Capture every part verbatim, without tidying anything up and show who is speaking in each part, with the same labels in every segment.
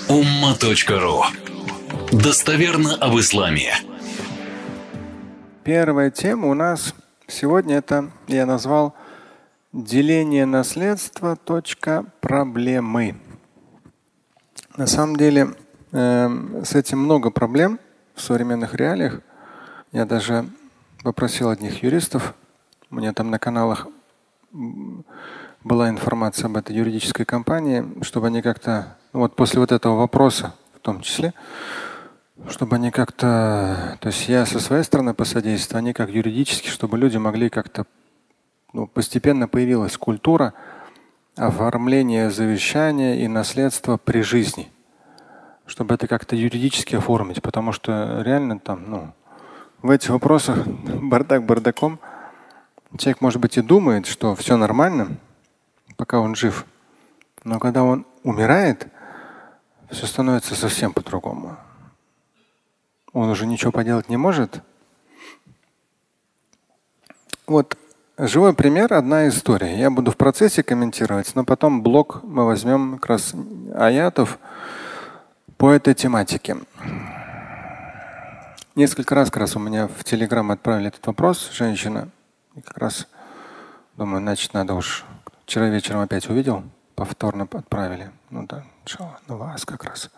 Speaker 1: умма точка ру. Достоверно об исламе.
Speaker 2: Первая тема у нас сегодня это я назвал деление наследства. Проблемы. На самом деле э, с этим много проблем в современных реалиях. Я даже попросил одних юристов. У меня там на каналах была информация об этой юридической компании, чтобы они как-то, вот после вот этого вопроса в том числе, чтобы они как-то, то есть я со своей стороны посодействовал, они как юридически, чтобы люди могли как-то, ну, постепенно появилась культура оформления завещания и наследства при жизни, чтобы это как-то юридически оформить, потому что реально там, ну, в этих вопросах бардак бардаком. Человек, может быть, и думает, что все нормально, пока он жив, но когда он умирает, все становится совсем по-другому. Он уже ничего поделать не может. Вот живой пример, одна история. Я буду в процессе комментировать, но потом блок мы возьмем как раз аятов по этой тематике. Несколько раз как раз у меня в Телеграм отправили этот вопрос женщина. И как раз думаю, значит, надо уж. Вчера вечером опять увидел, повторно отправили. Ну да, на вас как раз.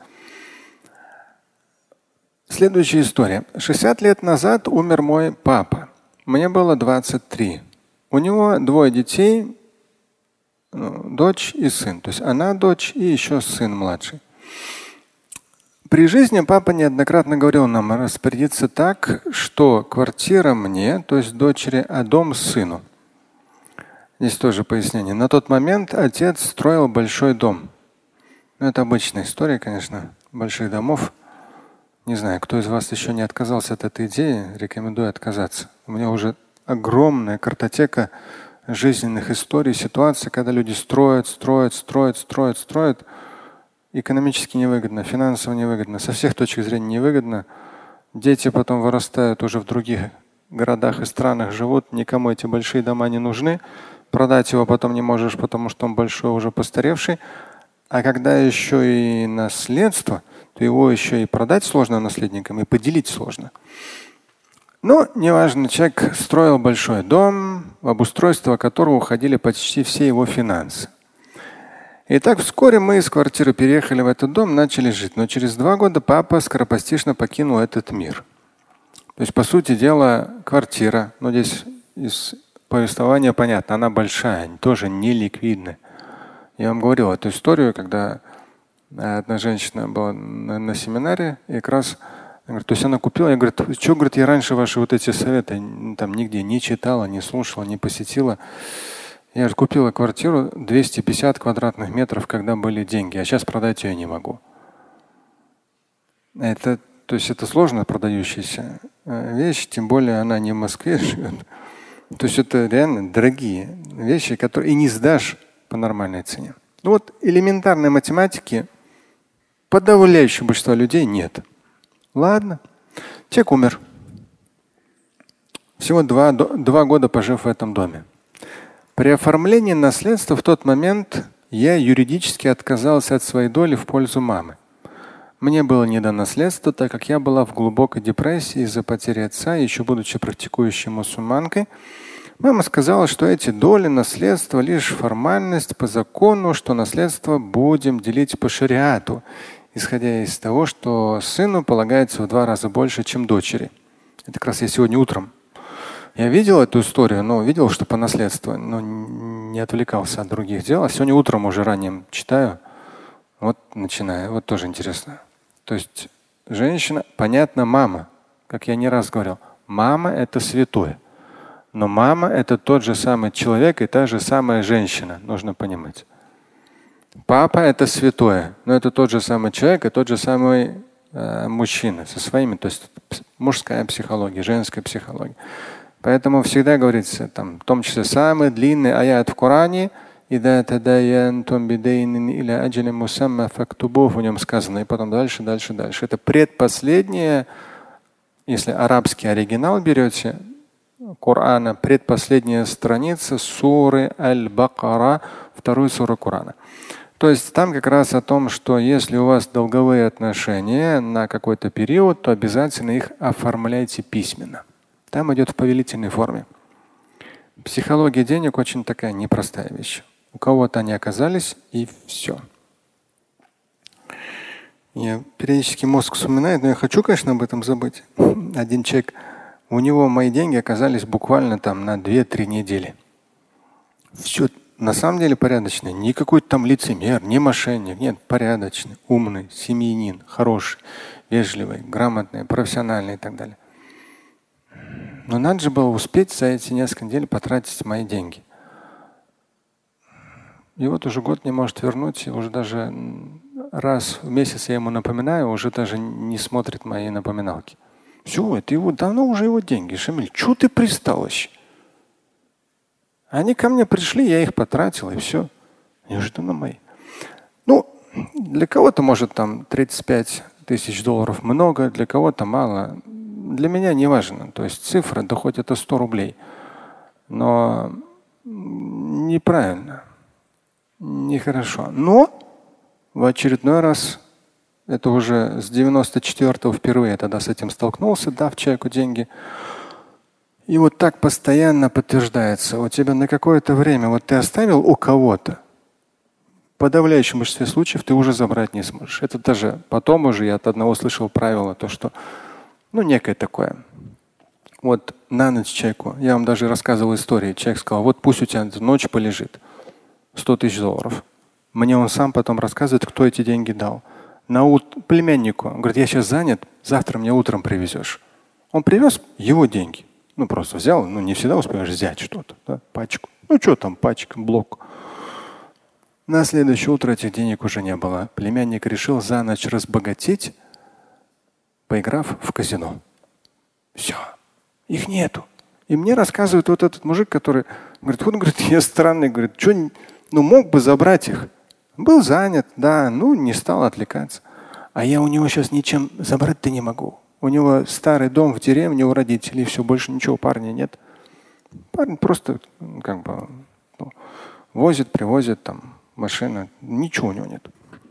Speaker 2: Следующая история. шестьдесят лет назад умер мой папа. Мне было двадцать три. У него двое детей, ну, дочь и сын. То есть она дочь и еще сын младший. При жизни папа неоднократно говорил нам распорядиться так, что квартира мне, то есть дочери, а дом сыну. Здесь тоже пояснение. На тот момент отец строил большой дом. Ну, это обычная история, конечно, больших домов. Не знаю, кто из вас еще не отказался от этой идеи, рекомендую отказаться. У меня уже огромная картотека жизненных историй, ситуаций, когда люди строят, строят, строят, строят, строят. Экономически невыгодно, финансово невыгодно, со всех точек зрения невыгодно. Дети потом вырастают уже в других городах и странах, живут, никому эти большие дома не нужны. Продать его потом не можешь, потому что он большой, уже постаревший. А когда еще и наследство, то его еще и продать сложно наследникам, и поделить сложно. Но неважно, человек строил большой дом, в обустройство которого уходили почти все его финансы. И так вскоре мы из квартиры переехали в этот дом, начали жить. Но через два года папа скоропостижно покинул этот мир. То есть, по сути дела, квартира, но здесь из повествования понятно, она большая, тоже не ликвидная. Я вам говорил эту историю, когда одна женщина была на, на семинаре, и как раз, говорит, то есть она купила, я говорю, что, говорит, я раньше ваши вот эти советы там нигде не читала, не слушала, не посетила. Я же купила квартиру двести пятьдесят квадратных метров, когда были деньги, а сейчас продать ее не могу. Это, то есть это сложно продающаяся вещь, тем более она не в Москве живет. То есть это реально дорогие вещи, которые и не сдашь по нормальной цене. Ну вот элементарной математики подавляющего большинства людей нет. Ладно, человек умер. Всего два, два года пожив в этом доме. При оформлении наследства в тот момент я юридически отказался от своей доли в пользу мамы. Мне было не до наследства, так как я была в глубокой депрессии из-за потери отца, еще будучи практикующей мусульманкой. Мама сказала, что эти доли наследства лишь формальность по закону, что наследство будем делить по шариату, исходя из того, что сыну полагается в два раза больше, чем дочери. Это как раз я сегодня утром. Я видел эту историю, но видел, что по наследству, но не отвлекался от других дел. А сегодня утром уже ранним читаю. Вот начинаю. Вот тоже интересно. То есть женщина, понятно, мама, как я не раз говорил, мама – это святое. Но мама – это тот же самый человек и та же самая женщина, нужно понимать. Папа – это святое, но это тот же самый человек и тот же самый э, мужчина со своими, то есть мужская психология, женская психология. Поэтому всегда говорится, там, в том числе самый длинный аят в Коране, в нем сказано, и потом дальше, дальше, дальше. Это предпоследнее, если арабский оригинал берете, Корана, предпоследняя страница суры Аль-Бакара, второй суры Корана. То есть там как раз о том, что если у вас долговые отношения на какой-то период, то обязательно их оформляйте письменно. Там идет в повелительной форме. Психология денег очень такая непростая вещь. У кого-то они оказались, и все. Я периодически мозг вспоминает, но я хочу, конечно, об этом забыть. Один человек, у него мои деньги оказались буквально там на две-три недели. Все на самом деле порядочный. Не какой-то там лицемер, не мошенник. Нет, порядочный, умный, семьянин, хороший, вежливый, грамотный, профессиональный и так далее. Но надо же было успеть за эти несколько недель потратить мои деньги. И вот уже год не может вернуть, и уже даже раз в месяц я ему напоминаю, уже даже не смотрит мои напоминалки. Все, это его давно уже его деньги. Шамиль, чего ты пристал еще? Они ко мне пришли, я их потратил, и все. Они уже давно мои. Ну, для кого-то может там тридцать пять тысяч долларов много, для кого-то мало. Для меня не важно. То есть цифра, да хоть это сто рублей. Но неправильно. Нехорошо. Но в очередной раз, это уже с девяносто четвёртого впервые я тогда с этим столкнулся, дав человеку деньги. И вот так постоянно подтверждается. У тебя на какое-то время, вот ты оставил у кого-то, в подавляющем большинстве случаев ты уже забрать не сможешь. Это даже потом уже я от одного слышал правило, то что, ну, некое такое. Вот на ночь человеку, я вам даже рассказывал истории, человек сказал, вот пусть у тебя ночь полежит. сто тысяч долларов. Мне он сам потом рассказывает, кто эти деньги дал. На ут... племяннику. Он говорит, я сейчас занят, завтра мне утром привезешь. Он привез его деньги. Ну, просто взял, ну, не всегда успеешь взять что-то, да, пачку. Ну, что там, пачка, блок. На следующее утро этих денег уже не было. Племянник решил за ночь разбогатеть, поиграв в казино. Все. Их нету. И мне рассказывает вот этот мужик, который говорит, вот, говорит, я странный, говорит, что, ну, мог бы забрать их. Был занят, да, ну, не стал отвлекаться. А я у него сейчас ничем забрать-то не могу. У него старый дом в деревне у родителей, все, больше ничего парня нет. Парень просто как бы ну, возит, привозит там машину, ничего у него нет.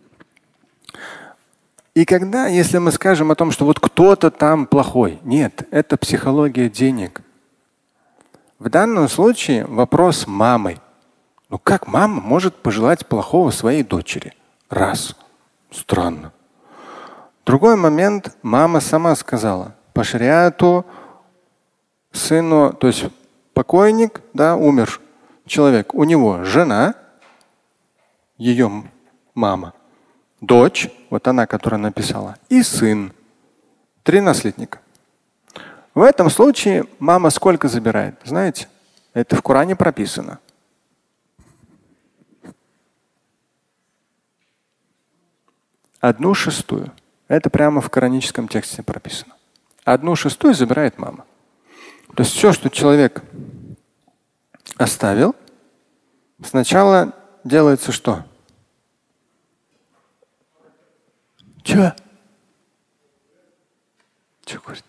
Speaker 2: И когда, если мы скажем о том, что вот кто-то там плохой, нет, это психология денег. В данном случае вопрос мамы. Ну как мама может пожелать плохого своей дочери? Раз. Странно. Другой момент, мама сама сказала, по шариату сыну, то есть покойник, да, умер человек, у него жена, ее мама, дочь, вот она, которая написала, и сын. Три наследника. В этом случае мама сколько забирает? Знаете, это в Коране прописано. Одну шестую. Это прямо в кораническом тексте прописано. Одну шестую забирает мама. То есть все, что человек оставил, сначала делается что? Че? Че говорит?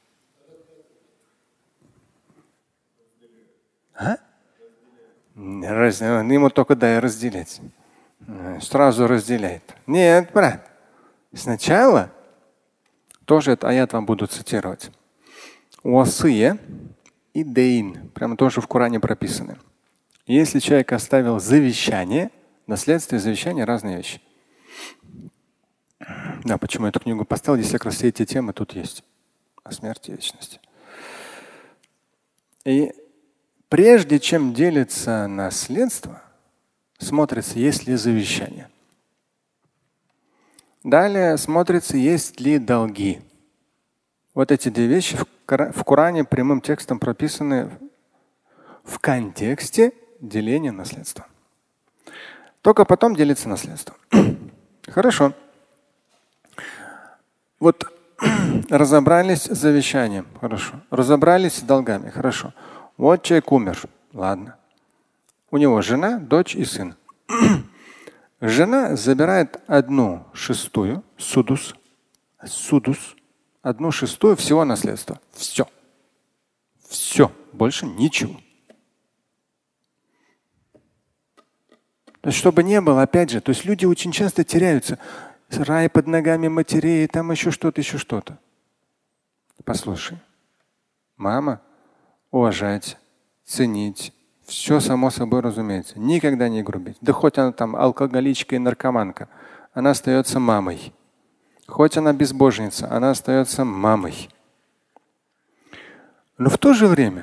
Speaker 2: А? Раз, ему только дай разделять. Сразу разделяет. Нет, брат. Сначала, тоже этот аят вам буду цитировать. Уасия и дейн. Прямо тоже в Коране прописаны. Если человек оставил завещание, наследство и завещание разные вещи. Да, почему я эту книгу поставил, если как раз все эти темы тут есть. О смерти и вечности. И прежде чем делится наследство, смотрится, есть ли завещание. Далее смотрится, есть ли долги. Вот эти две вещи в Коране прямым текстом прописаны в контексте деления наследства. Только потом делится наследство. Хорошо. Вот разобрались с завещанием. Хорошо. Разобрались с долгами. Хорошо. Вот человек умер. Ладно. У него жена, дочь и сын. Жена забирает одну шестую, судус, судус, одну шестую всего наследства. Все. Все. Больше ничего. То есть, чтобы не было, опять же, то есть люди очень часто теряются. Рай под ногами матерей, там еще что-то, еще что-то. Послушай, мама, уважать, ценить, все само собой разумеется. Никогда не грубить. Да хоть она там алкоголичка и наркоманка, она остается мамой. Хоть она безбожница, она остается мамой. Но в то же время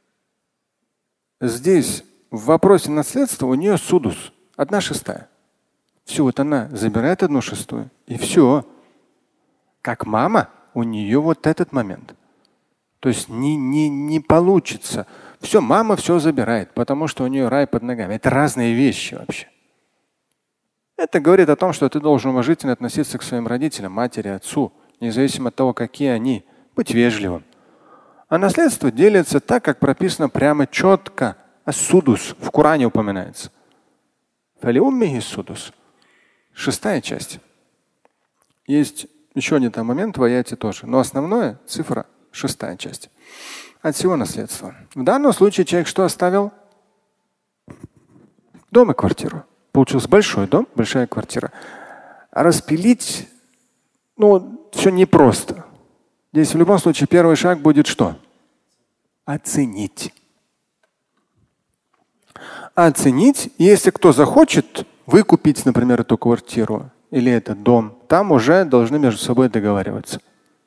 Speaker 2: здесь в вопросе наследства у нее судус, одна шестая. Все, вот она забирает одну шестую, и все. Как мама, у нее вот этот момент. То есть не, не, не получится. Все, мама все забирает, потому что у нее рай под ногами. Это разные вещи вообще. Это говорит о том, что ты должен уважительно относиться к своим родителям, матери, отцу, независимо от того, какие они. Быть вежливым. А наследство делится так, как прописано прямо четко. Ас-судус в Коране упоминается. Фалиуммихи судус. Шестая часть. Есть еще один там момент в аяте тоже. Но основная цифра шестая часть. От всего наследства. В данном случае человек что оставил? Дом и квартиру. Получился большой дом, большая квартира. А распилить, ну, все непросто. Здесь в любом случае первый шаг будет что? Оценить. Оценить, если кто захочет выкупить, например, эту квартиру или этот дом, там уже должны между собой договариваться.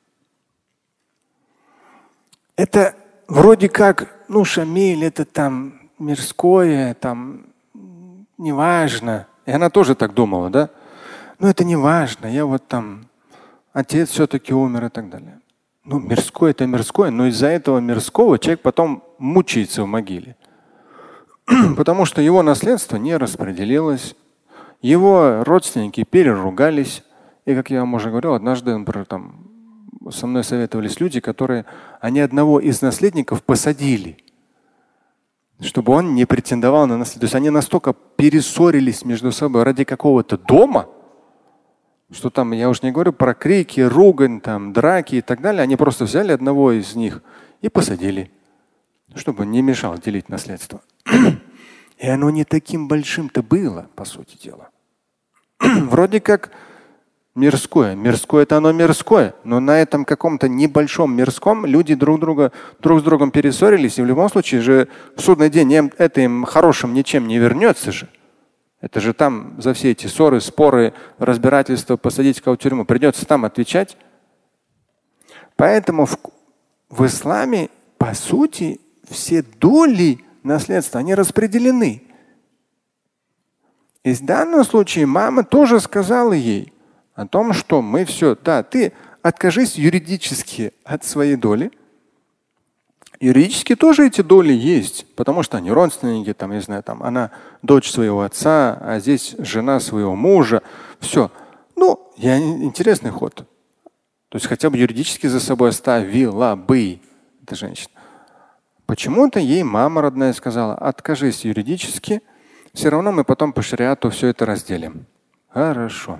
Speaker 2: Это вроде как, ну, шамиль, это там мирское, там неважно. И она тоже так думала, да? Ну, это не важно. Я вот там, отец все-таки умер и так далее. Ну, мирское это мирское, но из-за этого мирского человек потом мучается в могиле. Потому что его наследство не распределилось, его родственники переругались. И, как я вам уже говорил, однажды, например, там, со мной советовались люди, которые они одного из наследников посадили, чтобы он не претендовал на наследство. То есть они настолько перессорились между собой ради какого-то дома, что там, я уж не говорю про крики, ругань, там, драки и так далее. Они просто взяли одного из них и посадили, чтобы не мешал делить наследство. И оно не таким большим-то было, по сути дела. Вроде как мирское. Мирское это оно мирское, но на этом каком-то небольшом мирском люди друг друга друг с другом перессорились, и в любом случае же в судный день это им хорошим ничем не вернется же. Это же там за все эти ссоры, споры, разбирательства посадить кого-то в тюрьму. Придется там отвечать. Поэтому в, в исламе, по сути, все доли наследства, они распределены. И в данном случае мама тоже сказала ей о том, что мы все, да, ты откажись юридически от своей доли. Юридически тоже эти доли есть, потому что они родственники, там, не знаю, там, она дочь своего отца, а здесь жена своего мужа. Все. Ну, я, интересный ход. То есть хотя бы юридически за собой оставила бы эта женщина. Почему-то ей мама родная сказала: откажись юридически, все равно мы потом по шариату все это разделим. Хорошо.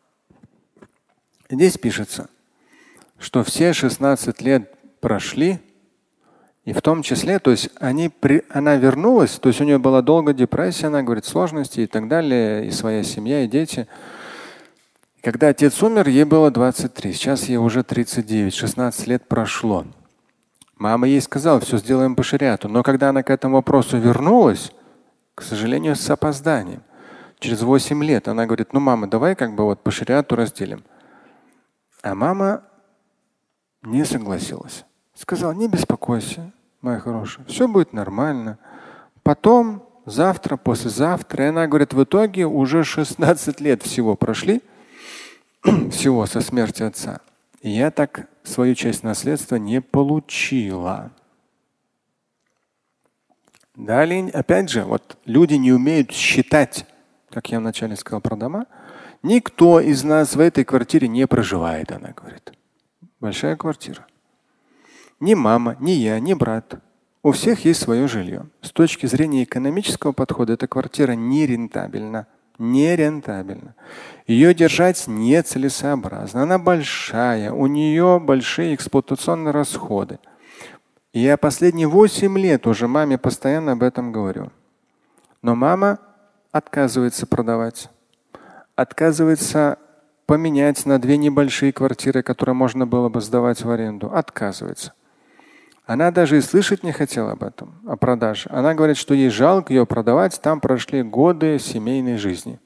Speaker 2: Здесь пишется, что все шестнадцать лет прошли, и в том числе, то есть они при, она вернулась, то есть у нее была долгая депрессия, она говорит, сложности и так далее, и своя семья, и дети. Когда отец умер, ей было двадцать три, сейчас ей уже тридцать девять, шестнадцать лет прошло. Мама ей сказала, все сделаем по шариату. Но когда она к этому вопросу вернулась, к сожалению, с опозданием, через восемь лет, она говорит, ну, мама, давай как бы вот по шариату разделим. А мама не согласилась. Сказала, не беспокойся, моя хорошая, все будет нормально. Потом, завтра, послезавтра. И она говорит, в итоге уже шестнадцать лет всего прошли, всего со смерти отца. И я так свою часть наследства не получила. Далее, опять же, вот люди не умеют считать, как я вначале сказал про дома. Никто из нас в этой квартире не проживает, она говорит. Большая квартира. Ни мама, ни я, ни брат. У всех есть свое жилье. С точки зрения экономического подхода эта квартира нерентабельна. Нерентабельна. Ее держать нецелесообразно. Она большая, у нее большие эксплуатационные расходы. И я последние восемь лет уже маме постоянно об этом говорю. Но мама отказывается продавать, отказывается поменять на две небольшие квартиры, которые можно было бы сдавать в аренду, отказывается. Она даже и слышать не хотела об этом, о продаже. Она говорит, что ей жалко ее продавать, там прошли годы семейной жизни.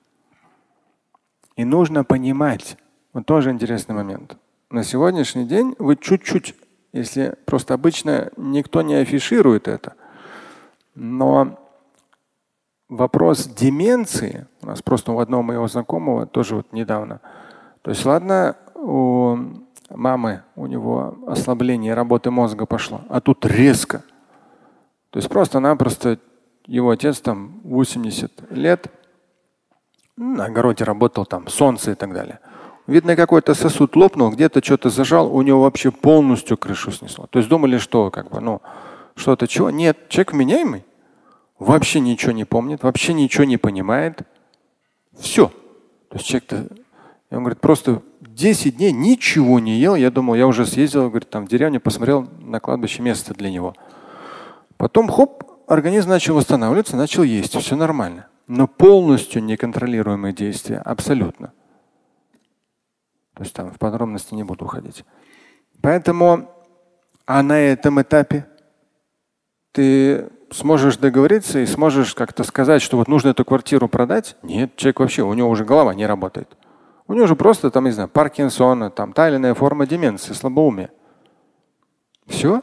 Speaker 2: И нужно понимать, вот тоже интересный момент. На сегодняшний день вы чуть-чуть, если просто обычно никто не афиширует это, но вопрос деменции у нас просто у одного моего знакомого тоже вот недавно. То есть ладно, у мамы у него ослабление работы мозга пошло, а тут резко. То есть просто-напросто его отец там восемьдесят лет, на огороде работал, там солнце и так далее. Видно, какой-то сосуд лопнул, где-то что-то зажал, у него вообще полностью крышу снесло. То есть думали, что как бы, ну, что-то чего? Нет, человек вменяемый, вообще ничего не помнит, вообще ничего не понимает. Все. То есть человек-то, он говорит, просто десять дней ничего не ел. Я думал, я уже съездил, говорит, там в деревню, посмотрел на кладбище место для него. Потом, хоп, организм начал восстанавливаться, начал есть, все нормально. Но полностью неконтролируемые действия, абсолютно. То есть там в подробности не буду уходить. Поэтому, а на этом этапе ты сможешь договориться и сможешь как-то сказать, что вот нужно эту квартиру продать? Нет, человек вообще, у него уже голова не работает. У него же просто там, не знаю, Паркинсона, там та или иная форма деменции, слабоумия. Все.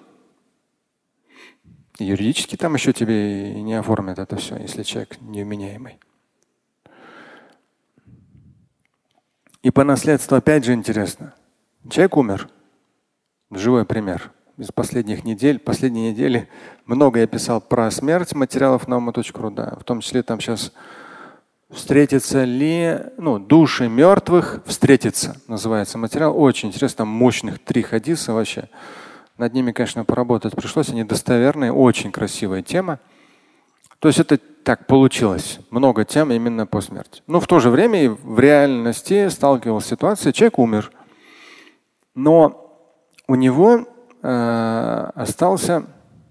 Speaker 2: Юридически там еще тебе и не оформят это все, если человек невменяемый. И по наследству опять же интересно. Человек умер. Живой пример. Из последних недель, последние недели много я писал про смерть материалов на ума точка ру, да. В том числе там сейчас встретятся ли, ну, души мертвых встретятся, называется материал. Очень интересно, там мощных три хадиса вообще. Над ними, конечно, поработать пришлось. Они достоверные, очень красивая тема. То есть это так получилось. Много тем именно по смерти. Но в то же время и в реальности сталкивался с ситуацией, человек умер. Но у него э, остался,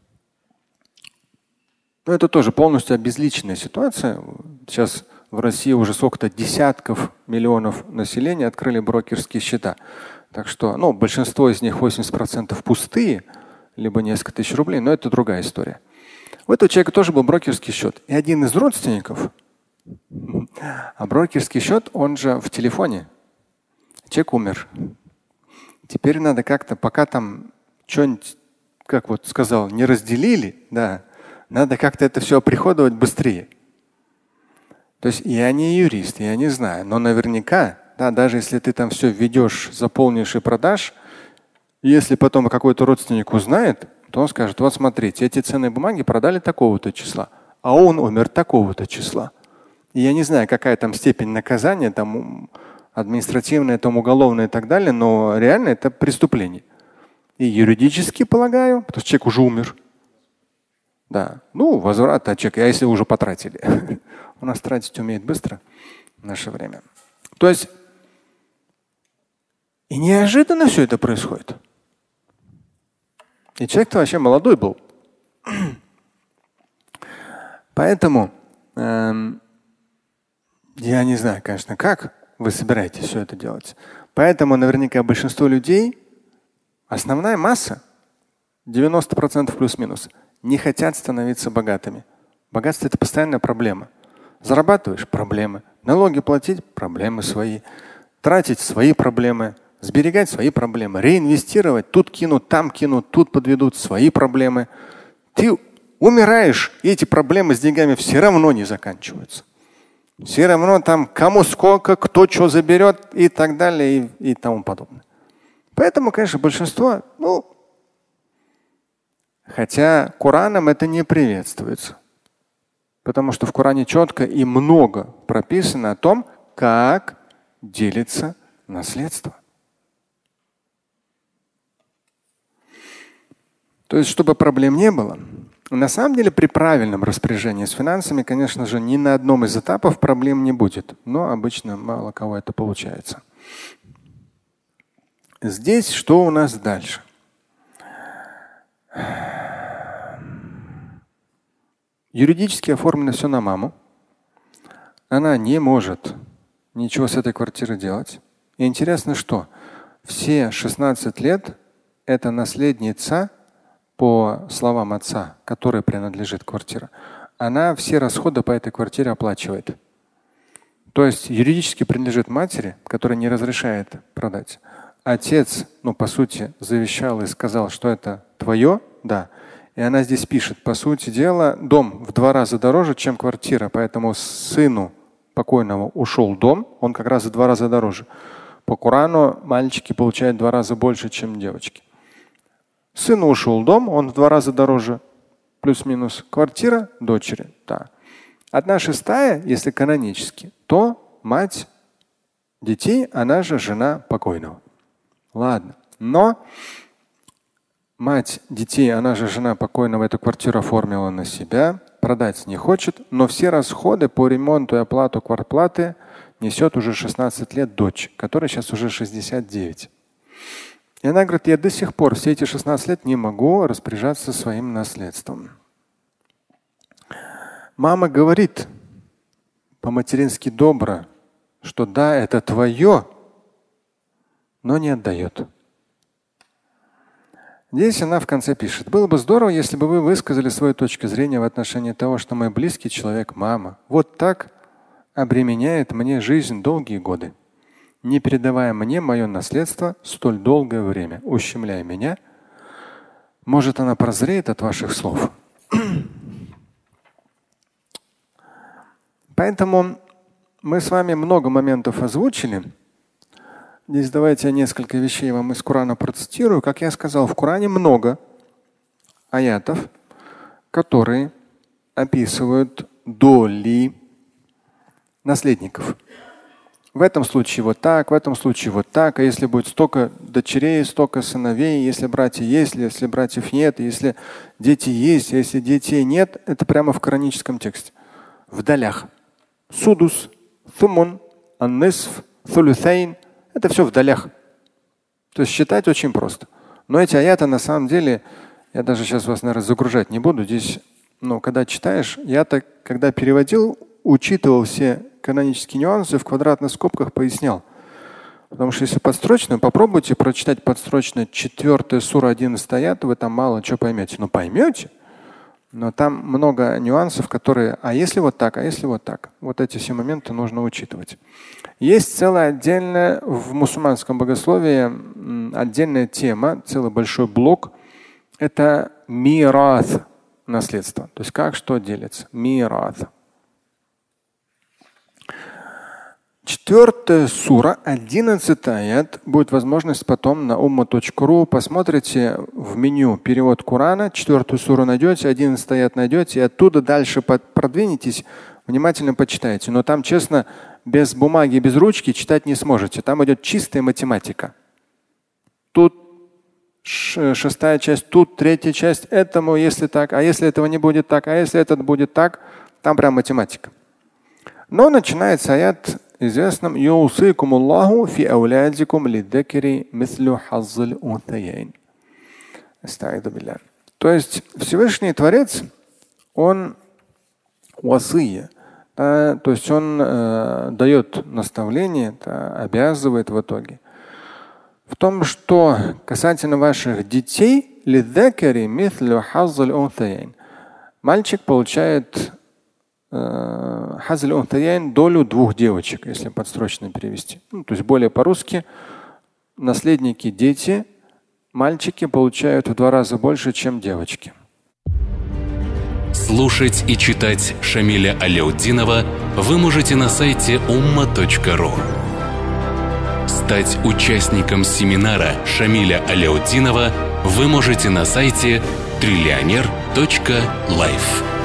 Speaker 2: ну это тоже полностью обезличенная ситуация. Сейчас в России уже сколько-то десятков миллионов населения открыли брокерские счета. Так что, ну, большинство из них восемьдесят процентов пустые, либо несколько тысяч рублей, но это другая история. У этого человека тоже был брокерский счет. И один из родственников, а брокерский счет, он же в телефоне. Человек умер. Теперь надо как-то, пока там что-нибудь, как вот сказал, не разделили, да, надо как-то это все оприходовать быстрее. То есть я не юрист, я не знаю, но наверняка, да, даже если ты там все введешь, заполнишь и продашь, если потом какой-то родственник узнает, то он скажет, вот смотрите, эти ценные бумаги продали такого-то числа, а он умер такого-то числа. И я не знаю, какая там степень наказания, там административное, там уголовное и так далее, но реально это преступление. И юридически, полагаю, потому что человек уже умер. Да. Ну, возврат от человека, а если уже потратили? У нас тратить умеет быстро в наше время. То есть и неожиданно все это происходит. И человек-то вообще молодой был. Поэтому эм, я не знаю, конечно, как вы собираетесь все это делать. Поэтому наверняка большинство людей, основная масса, девяносто процентов плюс-минус, не хотят становиться богатыми. Богатство – это постоянная проблема. Зарабатываешь – проблемы. Налоги платить – проблемы свои. Тратить – свои проблемы. Сберегать – свои проблемы. Реинвестировать – тут кинут, там кинут, тут подведут – свои проблемы. Ты умираешь, и эти проблемы с деньгами все равно не заканчиваются. Все равно там кому сколько, кто что заберет и так далее и, и тому подобное. Поэтому, конечно, большинство, ну, хотя Кораном это не приветствуется. Потому что в Коране четко и много прописано о том, как делится наследство. То есть, чтобы проблем не было. На самом деле, при правильном распоряжении с финансами, конечно же, ни на одном из этапов проблем не будет. Но обычно мало кого это получается. Здесь что у нас дальше? Юридически оформлено все на маму. она не может ничего с этой квартирой делать. И интересно, что все шестнадцать лет это наследница, по словам отца, которой принадлежит квартира, она все расходы по этой квартире оплачивает. То есть юридически принадлежит матери, которая не разрешает продать. Отец, ну по сути, завещал и сказал, что это твое, да. И она здесь пишет, по сути дела, дом в два раза дороже, чем квартира, поэтому сыну покойного ушел дом, он как раз в два раза дороже. По Корану мальчики получают в два раза больше, чем девочки. Сыну ушел дом, он в два раза дороже, плюс-минус. Квартира дочери, да. Одна шестая, если канонически, то мать детей, она же жена покойного. Ладно. Но мать детей, она же жена покойного, эту квартиру оформила на себя, продать не хочет, но все расходы по ремонту и оплату квартплаты несет уже шестнадцать лет дочь, которая сейчас уже шестьдесят девять. И она говорит, я до сих пор все эти шестнадцать лет не могу распоряжаться своим наследством. Мама говорит по-матерински добро, что да, это твое, но не отдает. Здесь она в конце пишет, было бы здорово, если бы вы высказали свою точку зрения в отношении того, что мой близкий человек, мама, вот так обременяет мне жизнь долгие годы, не передавая мне мое наследство столь долгое время, ущемляя меня. Может, она прозреет от ваших слов. Поэтому мы с вами много моментов озвучили. Здесь давайте я несколько вещей вам из Корана процитирую. Как я сказал, в Коране много аятов, которые описывают доли наследников. В этом случае вот так, в этом случае вот так. А если будет столько дочерей, столько сыновей, если братья есть, если братьев нет, если дети есть, если детей нет, это прямо в кораническом тексте. В долях. Судус, thumун, ан-нисф, thулюсайн. Это все в долях. То есть считать очень просто. Но эти аяты на самом деле, я даже сейчас вас, наверное, загружать не буду. Здесь, ну, когда читаешь, я-то, когда переводил, учитывал все канонические нюансы, в квадратных скобках пояснял. Потому что если подстрочно, попробуйте прочитать подстрочно четвертая сура одиннадцатый аят, вы там мало чего поймете. Ну поймете, но там много нюансов, которые, а если вот так, а если вот так. Вот эти все моменты нужно учитывать. Есть целая отдельная в мусульманском богословии отдельная тема, целый большой блок. Это мират, наследство. То есть как что делится. Мират. Четвертая сура, одиннадцатый аят. Будет возможность потом на умма точка ру посмотрите в меню перевод Корана, четвертую суру найдете, одиннадцатый аят найдете, и оттуда дальше продвинетесь, внимательно почитайте. Но там, честно, без бумаги, без ручки читать не сможете. Там идет чистая математика. Тут шестая часть, тут третья часть, этому если так, а если этого не будет так, а если этот будет так, там прям математика. Но начинается аят известным «Юсикумуллаху фи аулядикум лиддакири мислю хаззиль унтаяйн». То есть Всевышний Творец, он васия, да, то есть он э, дает наставление, да, обязывает в итоге в том, что касательно ваших детей, лиддакири мислю хаззиль унтаяйн, мальчик получает Хазль унтаяйн долю двух девочек, если подстрочно перевести. Ну, то есть более по-русски наследники, дети, мальчики получают в два раза больше, чем девочки.
Speaker 1: Слушать и читать Шамиля Аляутдинова вы можете на сайте умма точка ру. Стать участником семинара Шамиля Аляутдинова вы можете на сайте триллионер точка лайф.